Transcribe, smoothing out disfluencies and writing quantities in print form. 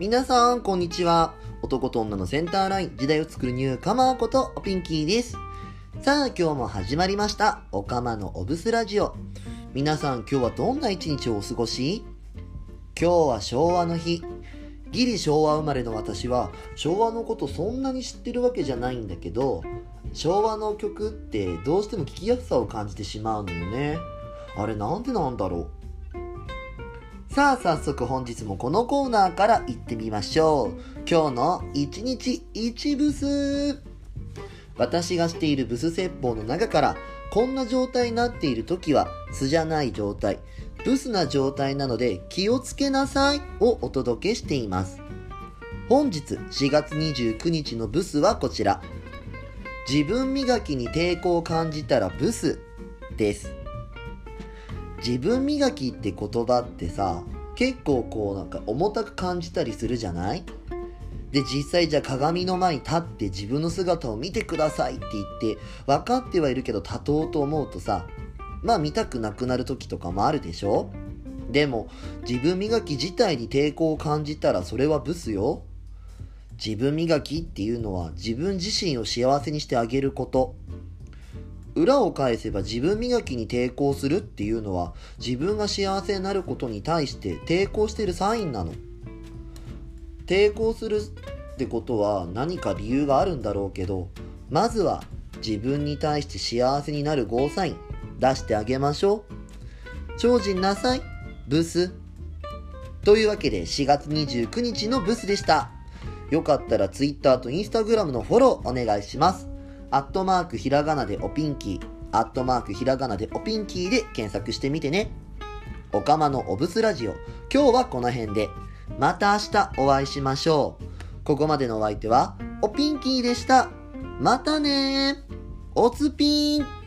皆さんこんにちは。男と女のセンターライン、時代を作るニューカマーことおピンキーです。さあ今日も始まりましたおかまのおブスラジオ。皆さん今日はどんな一日をお過ごし？今日は昭和の日。ギリ昭和生まれの私は昭和のことそんなに知ってるわけじゃないんだけど、昭和の曲ってどうしても聴きやすさを感じてしまうのよね。あれなんでなんだろう。さあ早速本日もこのコーナーから行ってみましょう。今日の一日一ブス。私がしているブス説法の中から、こんな状態になっている時は素じゃない状態、ブスな状態なので気をつけなさいをお届けしています。本日4月29日のブスはこちら。自分磨きに抵抗を感じたらブスです。自分磨きって言葉ってさ、結構重たく感じたりするじゃない？で、実際じゃあ鏡の前に立って自分の姿を見てくださいって言って分かってはいるけど立とうと思うとさ、見たくなくなる時とかもあるでしょ？でも自分磨き自体に抵抗を感じたらそれはブスよ。自分磨きっていうのは自分自身を幸せにしてあげること。裏を返せば自分磨きに抵抗するっていうのは自分が幸せになることに対して抵抗しているサインなの。抵抗するってことは何か理由があるんだろうけど、まずは自分に対して幸せになるゴーサイン出してあげましょう。精進なさいブス。というわけで4月29日のブスでした。よかったら Twitter と Instagram のフォローお願いします。@ひらがなでおピンキー、ひらがなでおピンキーで検索してみてね。おかまのおブスラジオ、今日はこの辺で。また明日お会いしましょう。ここまでのお相手はおピンキーでした。またねー。おつぴーん。